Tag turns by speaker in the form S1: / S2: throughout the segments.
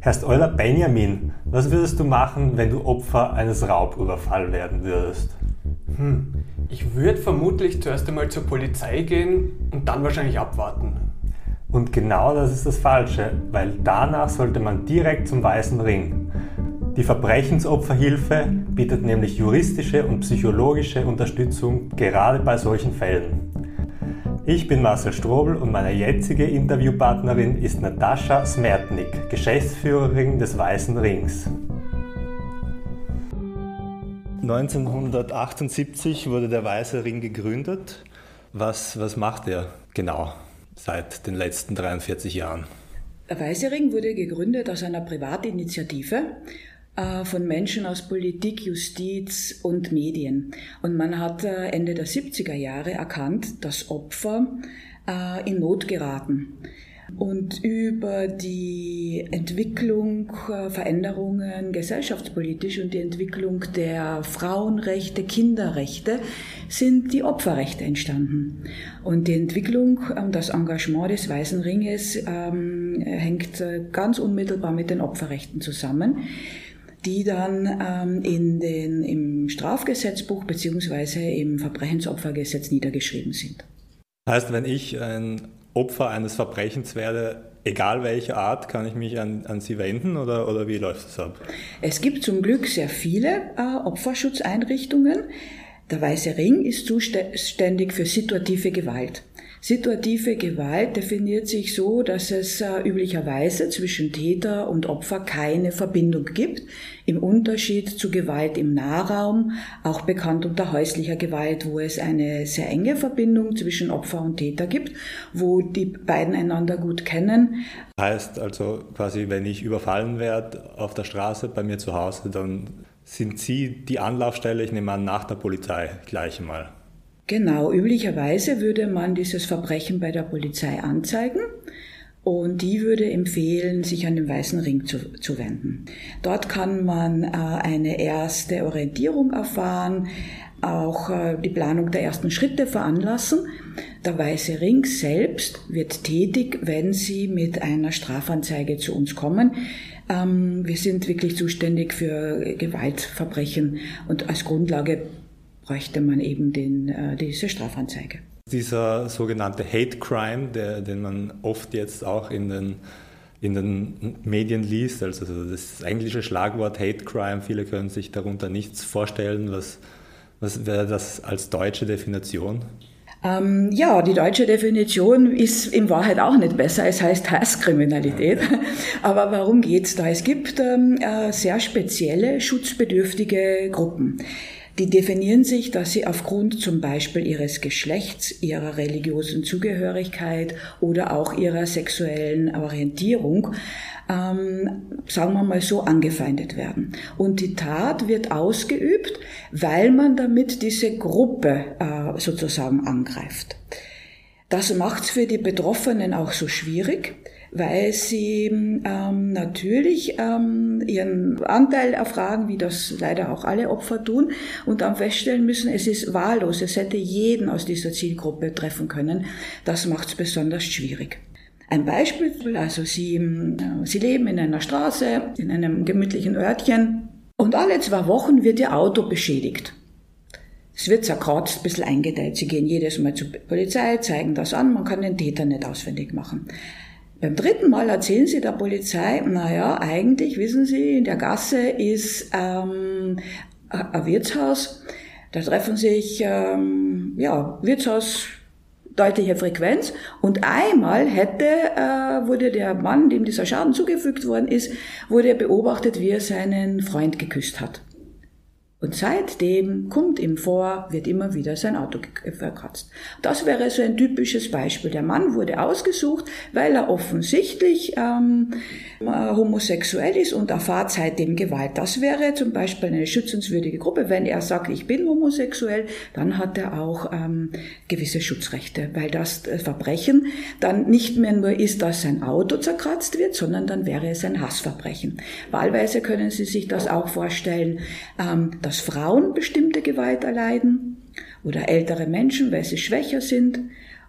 S1: Herr Euler Benjamin, was würdest du machen, wenn du Opfer eines Raubüberfalls werden würdest?
S2: Ich würde vermutlich zuerst einmal zur Polizei gehen und dann wahrscheinlich abwarten.
S1: Und genau das ist das Falsche, weil danach sollte man direkt zum Weißen Ring. Die Verbrechensopferhilfe bietet nämlich juristische und psychologische Unterstützung gerade bei solchen Fällen. Ich bin Marcel Strobl und meine jetzige Interviewpartnerin ist Natascha Smertnik, Geschäftsführerin des Weißen Rings. 1978 wurde der Weiße Ring gegründet. Was macht er genau seit den letzten 43 Jahren?
S3: Der Weiße Ring wurde gegründet aus einer Privatinitiative von Menschen aus Politik, Justiz und Medien. Und man hat Ende der 70er Jahre erkannt, dass Opfer in Not geraten. Und über die Entwicklung, Veränderungen gesellschaftspolitisch und die Entwicklung der Frauenrechte, Kinderrechte sind die Opferrechte entstanden. Und die Entwicklung und das Engagement des Weißen Ringes hängt ganz unmittelbar mit den Opferrechten zusammen, die dann im Strafgesetzbuch bzw. im Verbrechensopfergesetz niedergeschrieben sind.
S1: Heißt, wenn ich ein Opfer eines Verbrechens werde, egal welcher Art, kann ich mich an Sie wenden oder wie läuft das ab?
S3: Es gibt zum Glück sehr viele Opferschutzeinrichtungen. Der Weiße Ring ist zuständig für situative Gewalt. Situative Gewalt definiert sich so, dass es üblicherweise zwischen Täter und Opfer keine Verbindung gibt, im Unterschied zu Gewalt im Nahraum, auch bekannt unter häuslicher Gewalt, wo es eine sehr enge Verbindung zwischen Opfer und Täter gibt, wo die beiden einander gut kennen.
S1: Heißt also quasi, wenn ich überfallen werde auf der Straße bei mir zu Hause, dann sind Sie die Anlaufstelle, ich nehme an, nach der Polizei gleich einmal.
S3: Genau, üblicherweise würde man dieses Verbrechen bei der Polizei anzeigen und die würde empfehlen, sich an den Weißen Ring zu wenden. Dort kann man eine erste Orientierung erfahren, auch die Planung der ersten Schritte veranlassen. Der Weiße Ring selbst wird tätig, wenn Sie mit einer Strafanzeige zu uns kommen. Wir sind wirklich zuständig für Gewaltverbrechen und als Grundlage bräuchte man eben diese Strafanzeige.
S1: Dieser sogenannte Hate Crime, den man oft jetzt auch in den Medien liest, also das englische Schlagwort Hate Crime, viele können sich darunter nichts vorstellen. Was wäre das als deutsche Definition?
S3: Die deutsche Definition ist in Wahrheit auch nicht besser. Es heißt Hasskriminalität. Aber warum geht's da? Es gibt sehr spezielle, schutzbedürftige Gruppen. Die definieren sich, dass sie aufgrund zum Beispiel ihres Geschlechts, ihrer religiösen Zugehörigkeit oder auch ihrer sexuellen Orientierung, sagen wir mal so, angefeindet werden. Und die Tat wird ausgeübt, weil man damit diese Gruppe sozusagen angreift. Das macht es für die Betroffenen auch so schwierig, weil sie natürlich ihren Anteil erfragen, wie das leider auch alle Opfer tun, und dann feststellen müssen, es ist wahllos, es hätte jeden aus dieser Zielgruppe treffen können. Das macht es besonders schwierig. Ein Beispiel, also Sie leben in einer Straße, in einem gemütlichen Örtchen, und alle 2 Wochen wird Ihr Auto beschädigt. Es wird zerkratzt, ein bisschen eingeteilt. Sie gehen jedes Mal zur Polizei, zeigen das an, man kann den Täter nicht ausfindig machen. Beim 3. Mal erzählen Sie der Polizei, eigentlich, wissen Sie, in der Gasse ist ein Wirtshaus, da treffen sich, Wirtshaus, deutliche Frequenz, und einmal wurde der Mann, dem dieser Schaden zugefügt worden ist, wurde beobachtet, wie er seinen Freund geküsst hat. Und seitdem kommt ihm vor, wird immer wieder sein Auto verkratzt. Das wäre so ein typisches Beispiel. Der Mann wurde ausgesucht, weil er offensichtlich homosexuell ist und erfahrt seitdem Gewalt. Das wäre zum Beispiel eine schützenswürdige Gruppe. Wenn er sagt, ich bin homosexuell, dann hat er auch gewisse Schutzrechte, weil das Verbrechen dann nicht mehr nur ist, dass sein Auto zerkratzt wird, sondern dann wäre es ein Hassverbrechen. Wahlweise können Sie sich das auch vorstellen, dass Frauen bestimmte Gewalt erleiden oder ältere Menschen, weil sie schwächer sind,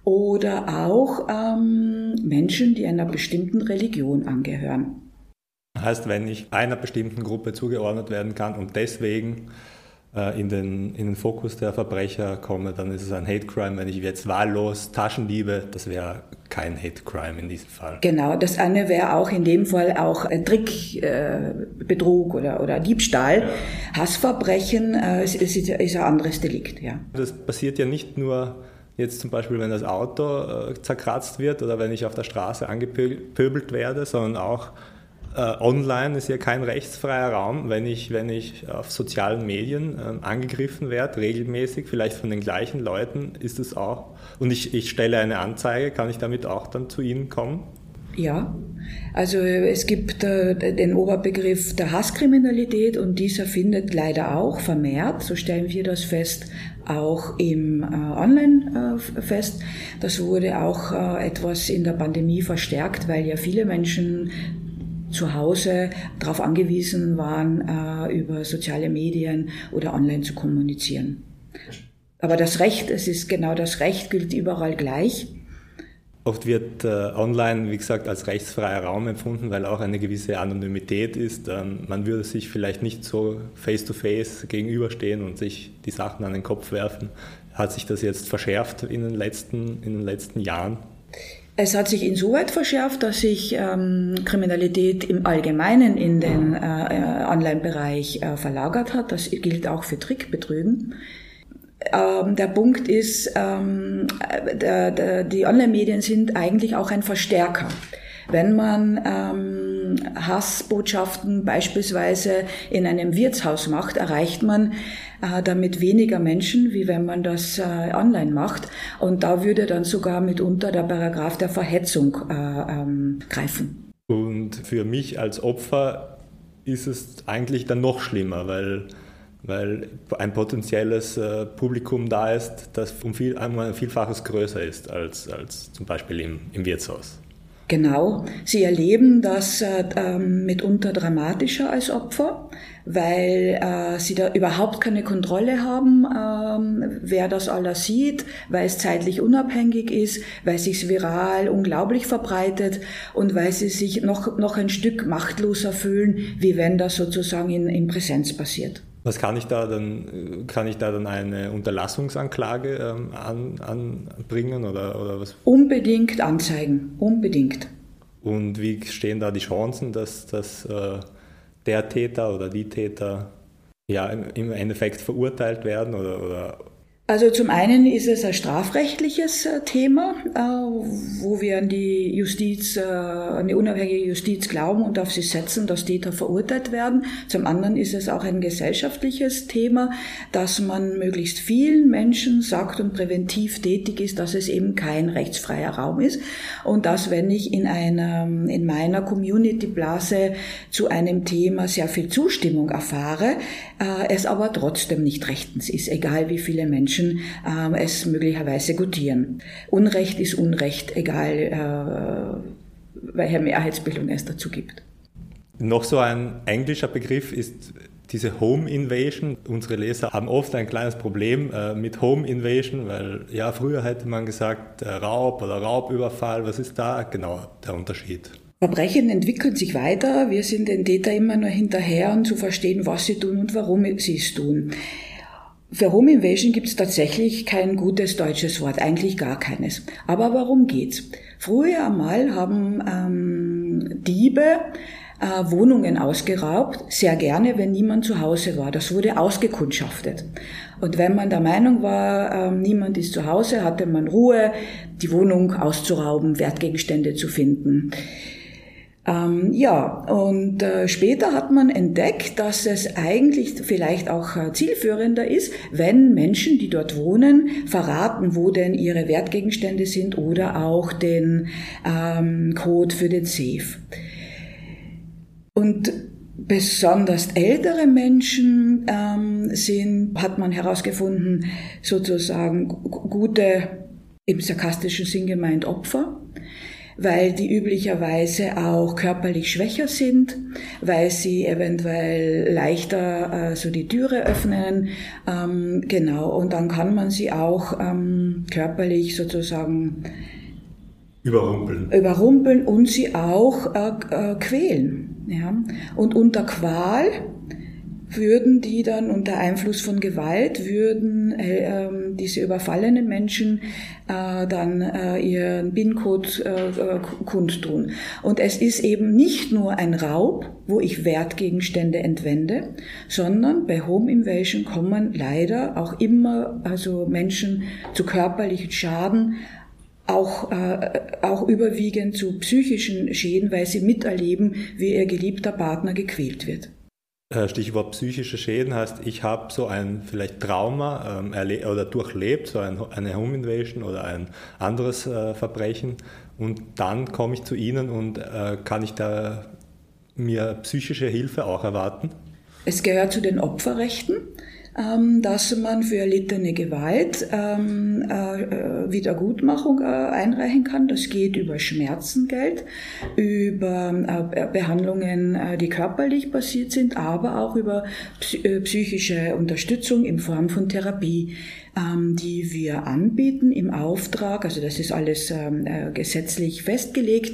S3: oder auch Menschen, die einer bestimmten Religion angehören.
S1: Heißt, wenn ich einer bestimmten Gruppe zugeordnet werden kann und deswegen in den Fokus der Verbrecher komme, dann ist es ein Hate Crime. Wenn ich jetzt wahllos Taschen diebe, das wäre kein Hate Crime in diesem Fall.
S3: Genau, das eine wäre auch in dem Fall auch ein Trick, Betrug oder Diebstahl. Ja. Hassverbrechen ist ein anderes Delikt. Ja.
S1: Das passiert ja nicht nur jetzt zum Beispiel, wenn das Auto zerkratzt wird oder wenn ich auf der Straße angepöbelt werde, sondern auch online ist ja kein rechtsfreier Raum, wenn ich auf sozialen Medien angegriffen werde, regelmäßig, vielleicht von den gleichen Leuten, ist es auch. Und ich stelle eine Anzeige, kann ich damit auch dann zu Ihnen kommen?
S3: Ja, also es gibt den Oberbegriff der Hasskriminalität und dieser findet leider auch vermehrt, so stellen wir das fest, auch im Online fest. Das wurde auch etwas in der Pandemie verstärkt, weil ja viele Menschen zu Hause darauf angewiesen waren, über soziale Medien oder online zu kommunizieren. Aber das Recht, es ist genau das Recht, gilt überall gleich.
S1: Oft wird online, wie gesagt, als rechtsfreier Raum empfunden, weil auch eine gewisse Anonymität ist. Man würde sich vielleicht nicht so face-to-face gegenüberstehen und sich die Sachen an den Kopf werfen. Hat sich das jetzt verschärft in den letzten Jahren?
S3: Es hat sich insoweit verschärft, dass sich Kriminalität im Allgemeinen in den Online-Bereich verlagert hat. Das gilt auch für Trickbetrügen. Der Punkt ist, die Online-Medien sind eigentlich auch ein Verstärker. Wenn man Hassbotschaften beispielsweise in einem Wirtshaus macht, erreicht man damit weniger Menschen, wie wenn man das online macht. Und da würde dann sogar mitunter der Paragraph der Verhetzung greifen.
S1: Und für mich als Opfer ist es eigentlich dann noch schlimmer, weil ein potenzielles Publikum da ist, das einmal ein Vielfaches größer ist als zum Beispiel im Wirtshaus.
S3: Genau, sie erleben das mitunter dramatischer als Opfer, weil sie da überhaupt keine Kontrolle haben, wer das alles sieht, weil es zeitlich unabhängig ist, weil es sich viral unglaublich verbreitet und weil sie sich noch ein Stück machtloser fühlen, wie wenn das sozusagen in Präsenz passiert.
S1: Was kann ich da dann? Kann ich da dann eine Unterlassungsanklage anbringen oder was?
S3: Unbedingt anzeigen, unbedingt.
S1: Und wie stehen da die Chancen, dass der Täter oder die Täter ja im Endeffekt verurteilt werden oder?
S3: Also zum einen ist es ein strafrechtliches Thema, wo wir an die Justiz, an die unabhängige Justiz glauben und auf sie setzen, dass Täter verurteilt werden. Zum anderen ist es auch ein gesellschaftliches Thema, dass man möglichst vielen Menschen sagt und präventiv tätig ist, dass es eben kein rechtsfreier Raum ist und dass, wenn ich in meiner Community-Blase zu einem Thema sehr viel Zustimmung erfahre, es aber trotzdem nicht rechtens ist, egal wie viele Menschen es möglicherweise gutieren. Unrecht ist Unrecht, egal welche Mehrheitsbildung es dazu gibt.
S1: Noch so ein englischer Begriff ist diese Home Invasion. Unsere Leser haben oft ein kleines Problem mit Home Invasion, weil ja früher hätte man gesagt Raub oder Raubüberfall. Was ist da genau der Unterschied?
S3: Verbrechen entwickeln sich weiter. Wir sind den Täter immer nur hinterher, um zu verstehen, was sie tun und warum sie es tun. Für Home Invasion gibt es tatsächlich kein gutes deutsches Wort, eigentlich gar keines. Aber warum geht's? Früher einmal haben Diebe Wohnungen ausgeraubt, sehr gerne, wenn niemand zu Hause war. Das wurde ausgekundschaftet. Und wenn man der Meinung war, niemand ist zu Hause, hatte man Ruhe, die Wohnung auszurauben, Wertgegenstände zu finden. Später hat man entdeckt, dass es eigentlich vielleicht auch zielführender ist, wenn Menschen, die dort wohnen, verraten, wo denn ihre Wertgegenstände sind oder auch den Code für den Safe. Und besonders ältere Menschen hat man herausgefunden, sozusagen gute, im sarkastischen Sinn gemeint, Opfer, weil die üblicherweise auch körperlich schwächer sind, weil sie eventuell leichter so die Türe öffnen. Und dann kann man sie auch körperlich sozusagen überrumpeln und sie auch quälen. Ja? Und unter Qual würden die dann unter Einfluss von Gewalt, würden diese überfallenen Menschen dann ihren PIN-Code kundtun. Und es ist eben nicht nur ein Raub, wo ich Wertgegenstände entwende, sondern bei Home Invasion kommen leider auch immer also Menschen zu körperlichen Schaden, auch überwiegend zu psychischen Schäden, weil sie miterleben, wie ihr geliebter Partner gequält wird.
S1: Stichwort psychische Schäden heißt, ich habe so ein vielleicht Trauma oder durchlebt, so eine Home Invasion oder ein anderes Verbrechen und dann komme ich zu Ihnen und kann ich da mir psychische Hilfe auch erwarten?
S3: Es gehört zu den Opferrechten, dass man für erlittene Gewalt Wiedergutmachung einreichen kann. Das geht über Schmerzengeld, über Behandlungen, die körperlich basiert sind, aber auch über psychische Unterstützung in Form von Therapie, die wir anbieten im Auftrag. Also das ist alles gesetzlich festgelegt.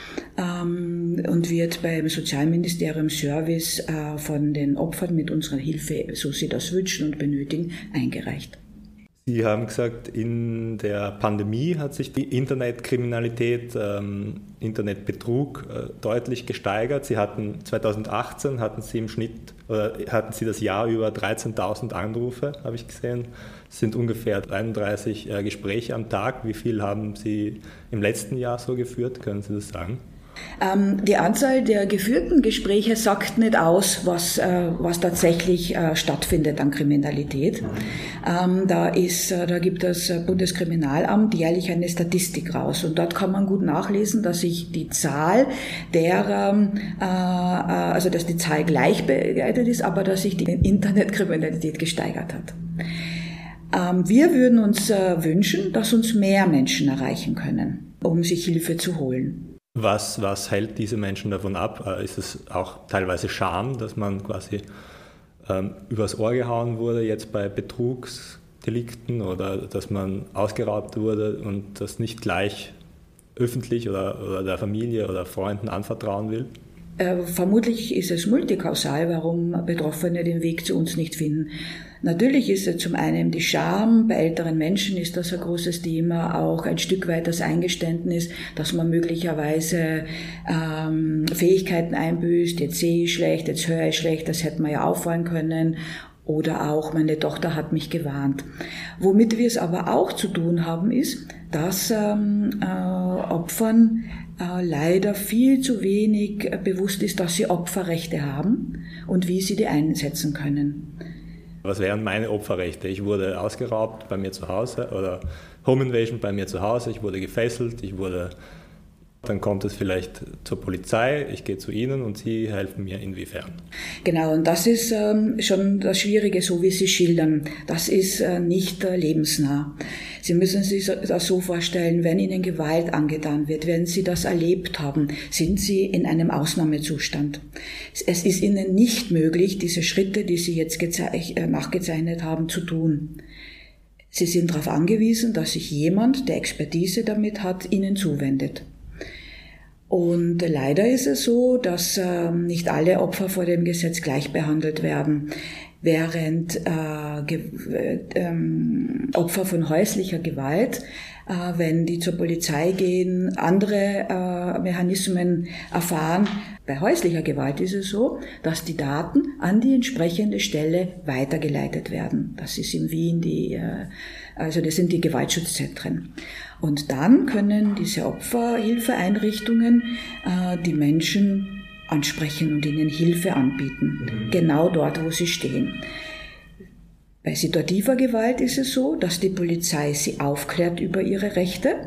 S3: Und wird beim Sozialministerium Service von den Opfern mit unserer Hilfe, so sie das wünschen und benötigen, eingereicht.
S1: Sie haben gesagt, in der Pandemie hat sich die Internetkriminalität, Internetbetrug deutlich gesteigert. 2018 hatten Sie im Schnitt, oder hatten Sie das Jahr über 13.000 Anrufe, habe ich gesehen. Es sind ungefähr 31 Gespräche am Tag. Wie viel haben Sie im letzten Jahr so geführt? Können Sie das sagen?
S3: Die Anzahl der geführten Gespräche sagt nicht aus, was tatsächlich stattfindet an Kriminalität. Da gibt das Bundeskriminalamt jährlich eine Statistik raus und dort kann man gut nachlesen, dass sich die Zahl dass die Zahl gleichbereitet ist, aber dass sich die Internetkriminalität gesteigert hat. Wir würden uns wünschen, dass uns mehr Menschen erreichen können, um sich Hilfe zu holen.
S1: Was hält diese Menschen davon ab? Ist es auch teilweise Scham, dass man quasi übers Ohr gehauen wurde jetzt bei Betrugsdelikten oder dass man ausgeraubt wurde und das nicht gleich öffentlich oder der Familie oder Freunden anvertrauen will?
S3: Vermutlich ist es multikausal, warum Betroffene den Weg zu uns nicht finden. Natürlich ist es zum einen die Scham, bei älteren Menschen ist das ein großes Thema, auch ein Stück weit das Eingeständnis, dass man möglicherweise Fähigkeiten einbüßt, jetzt sehe ich schlecht, jetzt höre ich schlecht, das hätte man ja auffangen können. Oder auch, meine Tochter hat mich gewarnt. Womit wir es aber auch zu tun haben, ist, dass Opfern leider viel zu wenig bewusst ist, dass sie Opferrechte haben und wie sie die einsetzen können.
S1: Was wären meine Opferrechte? Ich wurde ausgeraubt bei mir zu Hause oder Home Invasion bei mir zu Hause, ich wurde gefesselt, dann kommt es vielleicht zur Polizei, ich gehe zu Ihnen und Sie helfen mir inwiefern?
S3: Genau, und das ist schon das Schwierige, so wie Sie schildern. Das ist nicht lebensnah. Sie müssen sich das so vorstellen, wenn Ihnen Gewalt angetan wird, wenn Sie das erlebt haben, sind Sie in einem Ausnahmezustand. Es ist Ihnen nicht möglich, diese Schritte, die Sie jetzt nachgezeichnet haben, zu tun. Sie sind darauf angewiesen, dass sich jemand, der Expertise damit hat, Ihnen zuwendet. Und leider ist es so, dass nicht alle Opfer vor dem Gesetz gleich behandelt werden, während Opfer von häuslicher Gewalt, wenn die zur Polizei gehen, andere Mechanismen erfahren. Bei häuslicher Gewalt ist es so, dass die Daten an die entsprechende Stelle weitergeleitet werden. Das ist in Wien das sind die Gewaltschutzzentren. Und dann können diese Opferhilfeeinrichtungen die Menschen ansprechen und ihnen Hilfe anbieten, genau dort, wo sie stehen. Bei situativer Gewalt ist es so, dass die Polizei sie aufklärt über ihre Rechte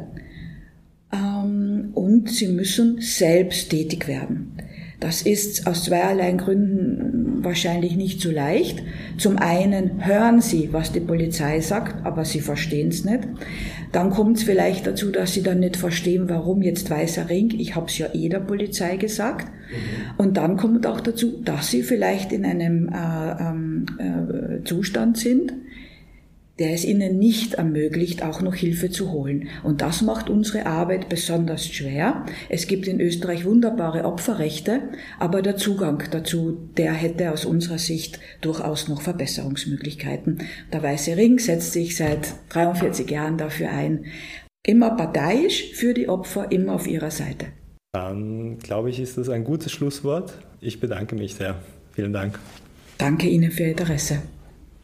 S3: und sie müssen selbst tätig werden. Das ist aus zweierlei Gründen wahrscheinlich nicht so leicht. Zum einen hören sie, was die Polizei sagt, aber sie verstehen es nicht. Dann kommt es vielleicht dazu, dass sie dann nicht verstehen, warum jetzt weißer Ring, ich habe es ja der Polizei gesagt. Und dann kommt auch dazu, dass sie vielleicht in einem Zustand sind, der es ihnen nicht ermöglicht, auch noch Hilfe zu holen. Und das macht unsere Arbeit besonders schwer. Es gibt in Österreich wunderbare Opferrechte, aber der Zugang dazu, der hätte aus unserer Sicht durchaus noch Verbesserungsmöglichkeiten. Der Weiße Ring setzt sich seit 43 Jahren dafür ein. Immer parteiisch für die Opfer, immer auf ihrer Seite.
S1: Dann, glaube ich, ist das ein gutes Schlusswort. Ich bedanke mich sehr. Vielen Dank.
S3: Danke Ihnen für Ihr Interesse.